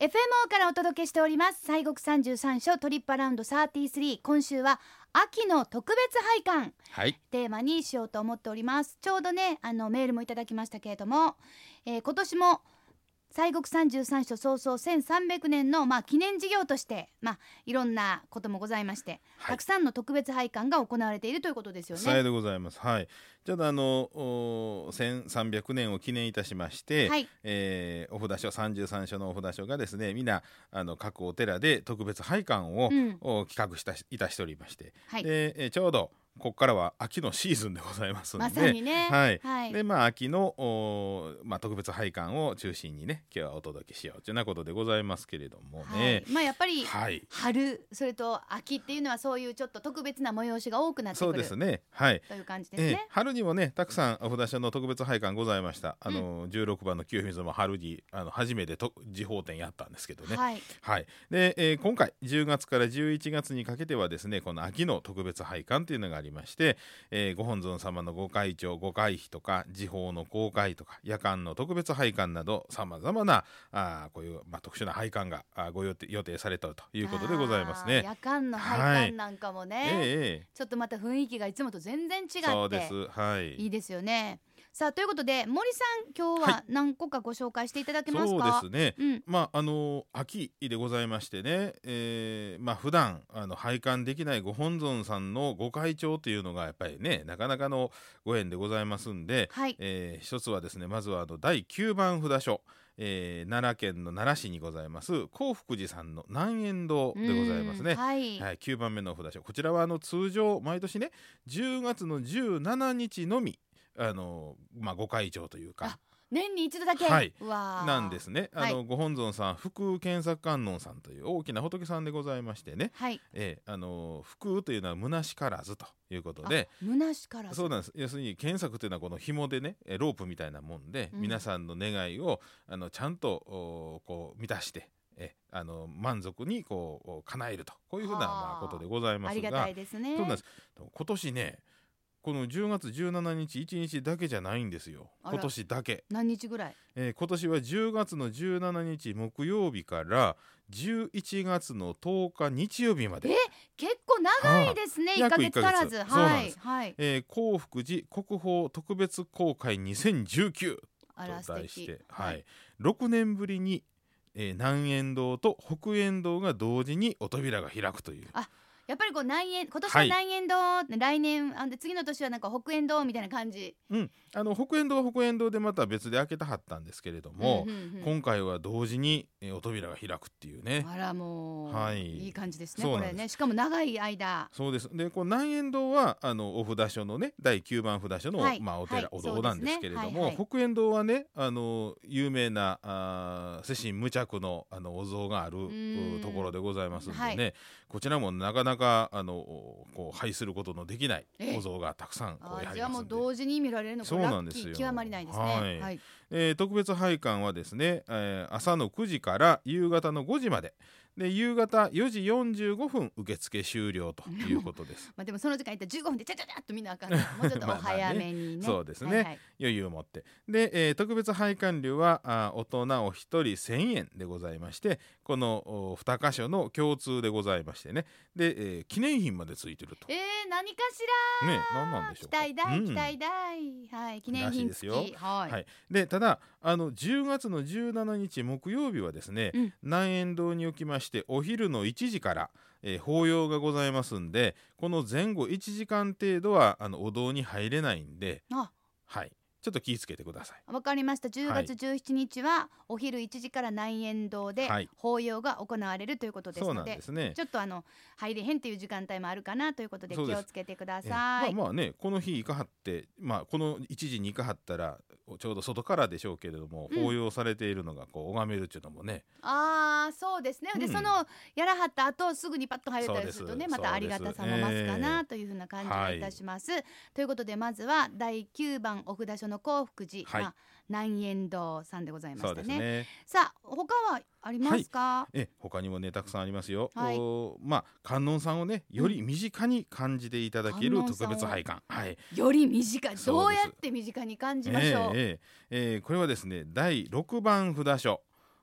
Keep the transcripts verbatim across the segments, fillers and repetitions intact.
エフエムオー からお届けしております西国三十三所トリップアラウンドさんじゅうさん。今週は秋の特別拝観、 はい、 テーマにしようと思っております。ちょうどねあのメールもいただきましたけれども、えー、今年も西国三十三所創創せんさんびゃくねんの、まあ、記念事業として、まあ、いろんなこともございまして、はい、たくさんの特別拝観が行われているということですよね。 さようでございます。はい、ちょっとあのせんさんびゃくねんを記念いたしまして、はい、えー、お札所さんじゅうさん所のお札所がですね、みんなあの各お寺で特別拝観を、うん、企画したいたしておりまして、はい、でえー、ちょうどここからは秋のシーズンでございますので、 まさにね、 はいはい、でまあ、秋の、まあ、特別拝観を中心にね今日はお届けしようというようなことでございますけれどもね、 はい、まあ、やっぱり、はい、春それと秋っていうのはそういうちょっと特別な催しが多くなってくる、 そうですね、はい、 という感じですね、 えー、春にもねたくさんお札所の特別拝観ございました。あの、うん、じゅうろくばんの清水も春にあの初めてと時報展やったんですけどね、はいはい、で、えー、今回じゅうがつからじゅういちがつにかけてはですねこの秋の特別拝観というのがありまして、えー、ご本尊様のご開帳ご会費とか時報の公開とか夜間の特別拝観などさまざまなあこういう、まあ、特殊な拝観がご予定、予定されたということでございますね。 夜間の拝観なんかもね、はい、えー、ちょっとまた雰囲気がいつもと全然違ってそうです、はい、 いいですよね。さあということで森さん今日は何個かご紹介していただけますか。 はい、そうですね、うん、まああの秋でございましてね、えー、まあ普段あの拝観できないご本尊さんのご開帳というのがやっぱりねなかなかのご縁でございますんで、はい、えー、一つはですねまずはあのだいきゅうばん札所、えー、奈良県の奈良市にございます興福寺さんの南円堂でございますね、はいはい、きゅうばんめの札所、こちらはあの通常毎年ねじゅうがつのじゅうしちにちのみあの、まあ、ご開帳というか年に一度だけ、 はい、 うわなんですね。あの、はい、ご本尊さん福検索観音さんという大きな仏さんでございましてね、はい、えー、あの福というのは虚しからずということで、 虚しからず、 そうなんです。要するに検索というのはこの紐でねロープみたいなもんで、うん、皆さんの願いをあのちゃんとこう満たしてえあの満足にこう叶えると、こういうふうな、まあ、ことでございますが、 ありがたいですね。 そうなんです。今年ねこのじゅうがつじゅうしちにちいちにちだけじゃないんですよ。今年だけ何日ぐらい、 えー、今年はじゅうがつのじゅうしちにち木曜日からじゅういちがつのとおか日曜日まで。 え結構長いですね、はあ、いっかげつ足らず。 そうなんです、はい、えー、興福寺国宝特別公開にせんじゅうきゅうと題して、はいはい、ろくねんぶりに、えー、南円堂と北円堂が同時にお扉が開くという。 あやっぱりこう南円今年は南円堂、はい、来年あで次の年はなんか北円堂みたいな感じ、 うん、あの北円堂は北円堂でまた別で開けたはったんですけれども、うんうんうん、今回は同時に、えー、お扉が開くっていうね。 あらもう、はい、いい感じですねそうこれね。しかも長い間。 そうです。でこう南円堂はあのお札所のねだいきゅうばん札所の、はい、まあ、お寺、はい、お堂なんですけれども、ねはいはい、北円堂はねあの有名なあ世親無着のあのお像があるところでございますんでね、はい、こちらもなかなかあのこう拝することのできないお像がたくさんこうやりますんで、 じゃあもう同時に見られるのがラッキー極まりないですね。 はいはい、えー、特別拝観はですね、えー、朝のくじから夕方のごじまでで夕方よじよんじゅうごふん受付終了ということです。 まあでもその時間いったらじゅうごふんでちゃちゃちゃっと見なあかんもうちょっとお早めにねまあまあねそうですね、はいはい、余裕を持ってで、えー、特別拝観料はあ大人お一人せんえんでございまして、このに箇所の共通でございましてね、で、えー、記念品までついてると。 えー、何かしらね、何なんでしょうか。 期待大、うん、期待大、はい、記念品付きですよ、はいはい、でただあのじゅうがつのじゅうしちにち木曜日はですね、うん、南円堂におきましてお昼のいちじから、えー、法要がございますんで、この前後いちじかん程度はあのお堂に入れないんで、あ、はい、ちょっと気をつけてください。 わかりました。じゅうがつじゅうしちにちはお昼いちじから南円堂で法要が行われるということですので、はい、そうなんですね、ちょっとあの入れへんという時間帯もあるかなということで気をつけてください。 まあまあねこの日行かはって、まあ、このいちじに行かはったらちょうど外からでしょうけれども、うん、法要されているのがこう拝めるっていうのもね。 ああそうですね、うん、でそのやらはった後すぐにパッと入れたりするとねまたありがたさも増すかなというふうな感じがいたします、えーはい、ということでまずはだいきゅうばんお札所の興福寺、はい、まあ、南円堂さんでございました ね, ねさあ他はありますか。 はい、え他にもねたくさんありますよ、はい、おまあ観音さんをねより身近に感じていただける特別拝観、うん、はい、 より身近、どうやって身近に感じましょう。 えーえーえー、これはですねだいろくばん札所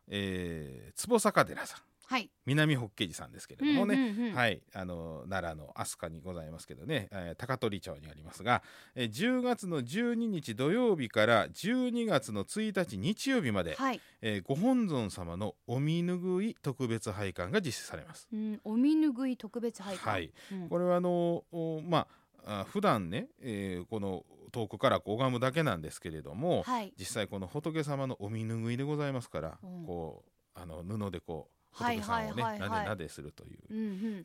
えー、坪坂寺さん、 はい、 南法華寺さんですけれどもね、 うんうんうん、 はい、あの奈良の飛鳥にございますけどね、えー、高取町にありますが、えー、じゅうがつのじゅうににち土曜日からじゅうにがつのついたち日曜日まで、はい、えー、ご本尊様のお身拭い特別拝観が実施されます。 うん、お身拭い特別拝観、 はい、 うん、 これはあのまあ普段ね、えー、この遠くから拝むだけなんですけれども、はい、実際この仏様のお身拭いでございますから、うん、こうあの布でこう仏さんをね、はいはいはいはい、なでなでするという、うんうん、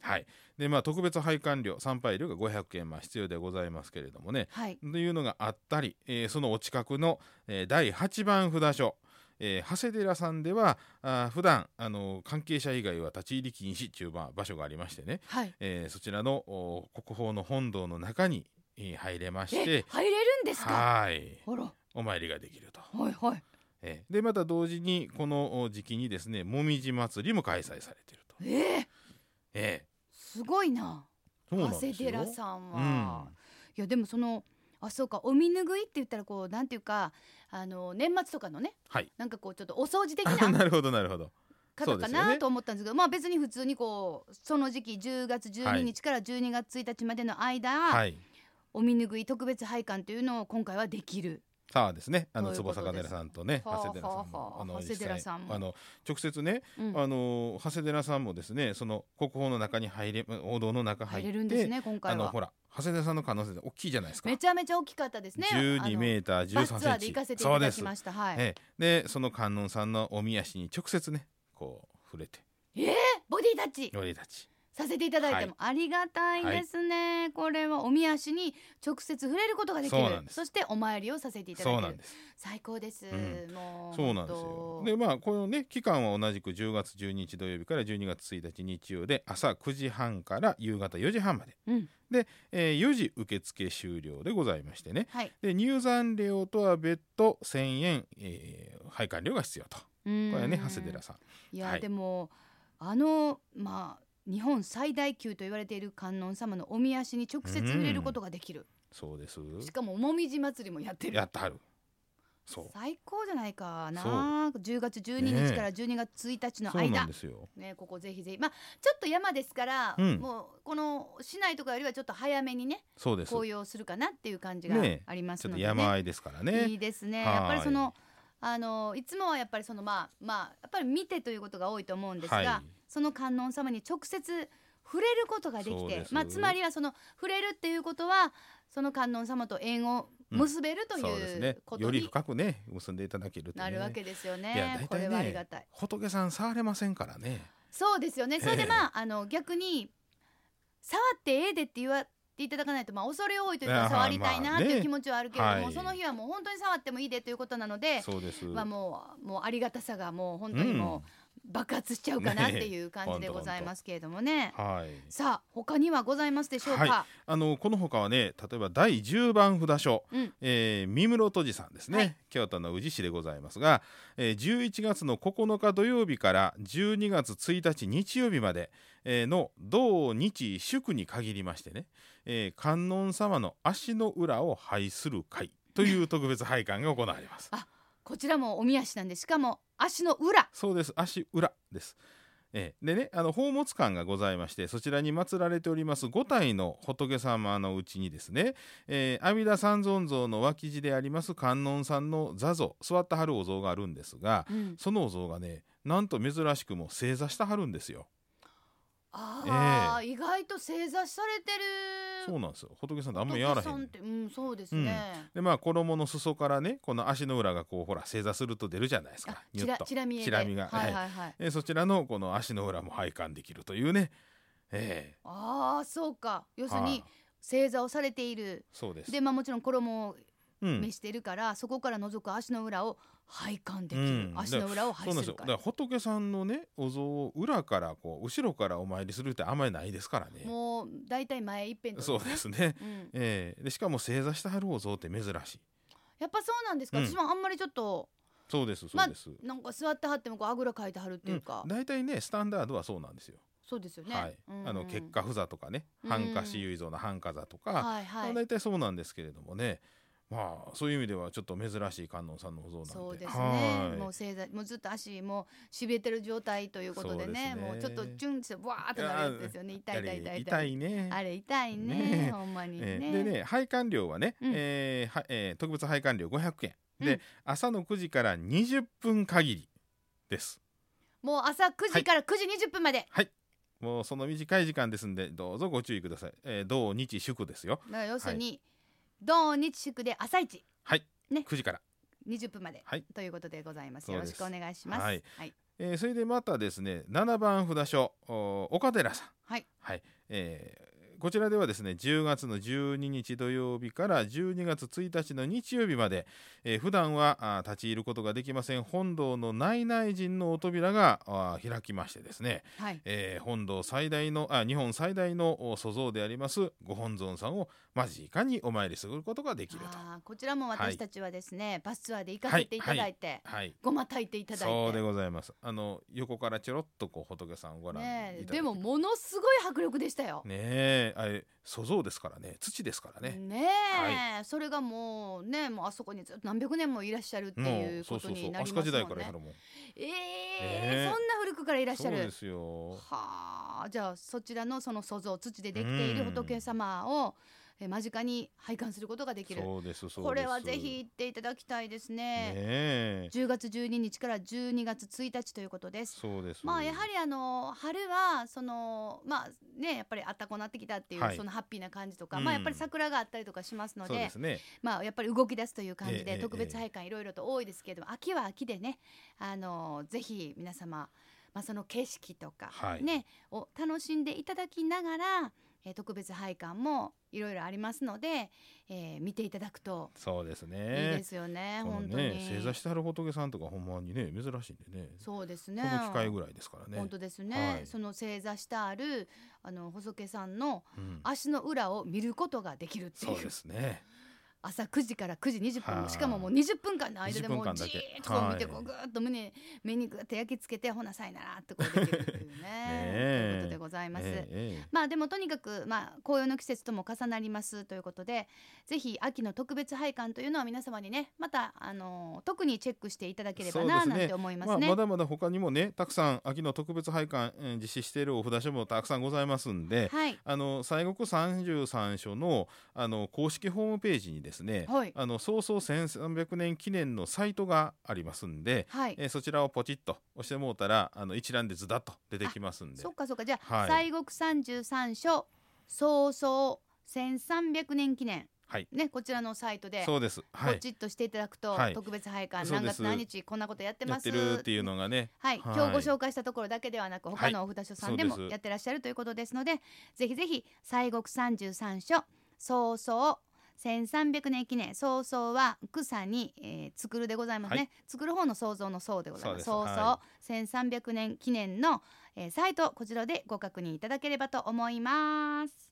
はい、でまあ特別拝観料参拝料がごひゃくえん、まあ、必要でございますけれどもね、はい、というのがあったり、えー、そのお近くの、えー、だいはちばん札所、えー、長谷寺さんではあ普段あの関係者以外は立ち入り禁止という場所がありましてね、はい、えー、そちらの国宝の本堂の中に入れまして、 入れるんですか？ はい、お参りができると。 はいはい、 えー、でまた同時にこの時期にですね、もみじ祭りも開催されていると。 えーえー、 すごいな、長谷寺さんは、うん、いやでもそのあそうか、お身拭いって言ったらこうなんていうか、あの年末とかのね、はい、なんかこうちょっとお掃除的ななるほどなるほど方かなと思ったんですけど、まあ別に普通にこうその時期じゅうがつじゅうににちからじゅうにがつついたちまでの間、はい、お身拭い特別拝観というのを今回はできる。 さあですね、あの坪坂寺さんとね、長谷寺さんも、 あの長谷寺さんもあの直接ね、うん、あの長谷寺さんもですね、その国宝の中に入れ、お堂の中入って、入れるんですね今回は。あのほら長谷寺さんの可能性大きいじゃないですか。 めちゃめちゃ大きかったですね。 じゅうにメーターじゅうさんセンチ。バスツアーで行かせていただきました。はい。 ええ、でその観音さんのおみ足に直接ねこう触れて、 えー、ボディタッチ。 ボディタッチ。 させていただいてもありがたいですね、はい、これはおみ足に直接触れることができる。 そ, そしてお参りをさせていただいている。そうなんです、最高です、うん、もうそうなんですよ。でまあこのね期間は同じくじゅうがつじゅうににち土曜日からじゅうにがつついたち日曜で朝くじはんから夕方よじはんまで、うん、で、えー、よじ受付終了でございましてね、はい、で入山料とは別途せんえん、えー、拝観料が必要と。これはね長谷寺さん。 いや、はい、でもあのまあ日本最大級と言われている観音様のおみ足に直接触れることができる、うん、 そうです。 しかももみじ祭りもやってる。 やってはる。そう最高じゃないかな。じゅうがつじゅうににちからじゅうにがつついたちの間、 そうなんですよ、 ね、ここぜひぜひ、まあ、ちょっと山ですから、うん、もうこの市内とかよりはちょっと早めにね、そうです、紅葉するかなっていう感じがありますので、ね、 ちょっと山あいですからね。 いいですね。やっぱりそのあのいつもはやっぱりそのまあまあやっぱり見てということが多いと思うんですが、はい、その観音様に直接触れることができて、まあ、つまりはその触れるっていうことはその観音様と縁を結べるということに、うん、そうですね、 より深くね結んでいただけると、ね、 なるわけですよね。 いや大体ね、 これはありがたい。 仏さん触れませんからね。 そうですよね。それでまあ、あの逆に触ってええでって言わていただかないと、まあ、恐れ多いというか触りたいなっていう気持ちはあるけれども、まあね、はい、その日はもう本当に触ってもいいでということなので、そうです、まあ、もう、もうありがたさがもう本当にもう爆発しちゃうかなっていう感じでございますけれども ね, ねはい、さあ他にはございますでしょうか。はい、 あのこの他はね、例えばだいじゅうばん札所、うんえー、三室戸寺さんですね、はい、京都の宇治市でございますが、えー、じゅういちがつのここのか土曜日からじゅうにがつついたち日曜日までの同日祝に限りましてね、えー、観音様の足の裏を拝する会という特別拝観が行われます。 あ、こちらもおみ足なんで、しかも足の裏。 そうです、足裏です。えー、でね、あの宝物館がございまして、そちらに祀られておりますごたいの仏様のうちにですね、えー、阿弥陀三尊像の脇地であります観音さんの座像、座ってはるお像があるんですが、うん、そのお像がね、なんと珍しくも正座してはるんですよ。 あー、えー、意外と正座されてる。 そうなんですよ。仏さんってあんまりやらへん。 仏さんって、うん、そうですね、 うん、でまあ衣の裾からね、この足の裏がこうほら正座すると出るじゃないですか。 チラチラ見えでチラ見が、はいはいはい、えー、そちらのこの足の裏も拝観できるというね、えー、 ああそうか。要するに正座をされている。 そうです。 で、まあ、もちろん衣を召してるから、うん、そこから覗く足の裏を拝観できる、うん、足の裏を拝するから。 だから仏さんのねお像を裏からこう後ろからお参りするってあんまりないですからね。 もうだいたい前一辺と、 ね、そうですね、うんえー、でしかも正座してはるお像って珍しい。 やっぱそうなんですか、うん、私もあんまりちょっとそうですそうです、 まあ、なんか座ってはってもこうあぐらかいてはるっていうか、 だいたいねスタンダードはそうなんですよ。 そうですよね、 はいうんうん、あの結跏趺坐とかね、半跏思惟像の半跏坐とか、はいはい、だいたいそうなんですけれどもね、 まあそういう意味ではちょっと珍しい観音さんのお像なんで。 そうですね。もう正座もうずっと足もしびれてる状態ということで ね, でねもうちょっとチュンってわーってなるやつですよね。痛い痛い痛い痛いね。 あれ痛いね、ねほんまにね。 でね拝観料はね、うんえーはえー、特別拝観料ごひゃくえんで、うん、朝のくじからにじゅっぷん限りです。 もう朝くじからくじにじゅっぷんまで。 はい、はいもうその短い時間ですんでどうぞご注意ください。えー、土日祝ですよ。 だから要するに、はい、土日祝で朝一はいねくじからにじゅっぷんまで、はい、ということでございます。よろしくお願いします。 はい、はいえー、それでまたですねななばん札所岡寺さんはい、はいえーこちらではですねじゅうがつのじゅうににち土曜日からじゅうにがつついたちの日曜日まで、えー、普段は立ち入ることができません本堂の内々陣のお扉が開きましてですね、はいえー、本堂最大のあ日本最大の塑像でありますご本尊さんを間近にお参りすることができると。 あこちらも私たちはですね、はい、バスツアーで行かせていただいて、はいはい、ごま炊いていただいてそうでございます。あの横からちょろっとこう仏さんをご覧いただいて、ね、 でもものすごい迫力でしたよ。 ねえあれ塑像ですからね土ですからね。 ねえ、はい、それがもうねもうあそこにずっと何百年もいらっしゃるっていうことになりますもんね。 飛鳥時代からやるもん。 えー、ね、そんな古くからいらっしゃる。 そうですよ。 はあ、じゃあそちらのその塑像土でできている仏様をえ間近に拝観することができる。 そうですそうです。 これはぜひ行っていただきたいですね。ねじゅうがつじゅうににちからじゅうにがつついたちということです。 そうです。 まあやはりあの春はそのまあねやっぱり暖かくなってきたっていう、はい、そのハッピーな感じとか、うん、まあやっぱり桜があったりとかしますので、そうですね、まあやっぱり動き出すという感じで、えー、特別拝観いろいろと多いですけれども、えー、秋は秋でねあのぜひ皆様、まあ、その景色とか、はい、ねを楽しんでいただきながらえー、特別拝観もいろいろありますので、えー、見ていただくとそうですねいいですよね。本当にね正座してはる仏さんとかほんまにね珍しいんでね。 そうですねこの機会ぐらいですからね。 本当ですね、はい、その正座してあるあの仏さんの足の裏を見ることができるっていう、 うん、そうですね朝くじからくじにじゅっぷんしかももうにじゅっぷんかんの間でもうじーっとこう見てこうぐーっと胸目にぐーっと焼き付けてほなさいならってこうできるというねということでございます、えー、まあでもとにかくまあ紅葉の季節とも重なりますということでぜひ秋の特別拝観というのは皆様にねまたあの特にチェックしていただければななんて思いますね。 まあ、まだまだ他にもねたくさん秋の特別拝観、えー、実施しているお札所もたくさんございますんで、はい、あの西国三十三所のあの公式ホームページにですね、はい、あの創創せんさんびゃくねん記念のサイトがありますんで、はいえー、そちらをポチッと押してもうたらあの一覧でズダッと出てきますんで。 そっかそっかじゃあ、はい、西国三十三所創創せんさんびゃくねん記念はいね、こちらのサイトでそうです、はい、 ポチッとしていただくと、はい、特別拝観何月何日こんなことやってますやってるっていうのがね、 はい、はい、今日ご紹介したところだけではなく他のお札所さんでもやってらっしゃるということですので、はい、ぜひぜひ西国三十三所創創せんさんびゃくねん記念創創は草に、えー、作るでございますね、はい、作る方の創造の創でございます。創創、はい、せんさんびゃくねん記念の、えー、サイトこちらでご確認いただければと思います。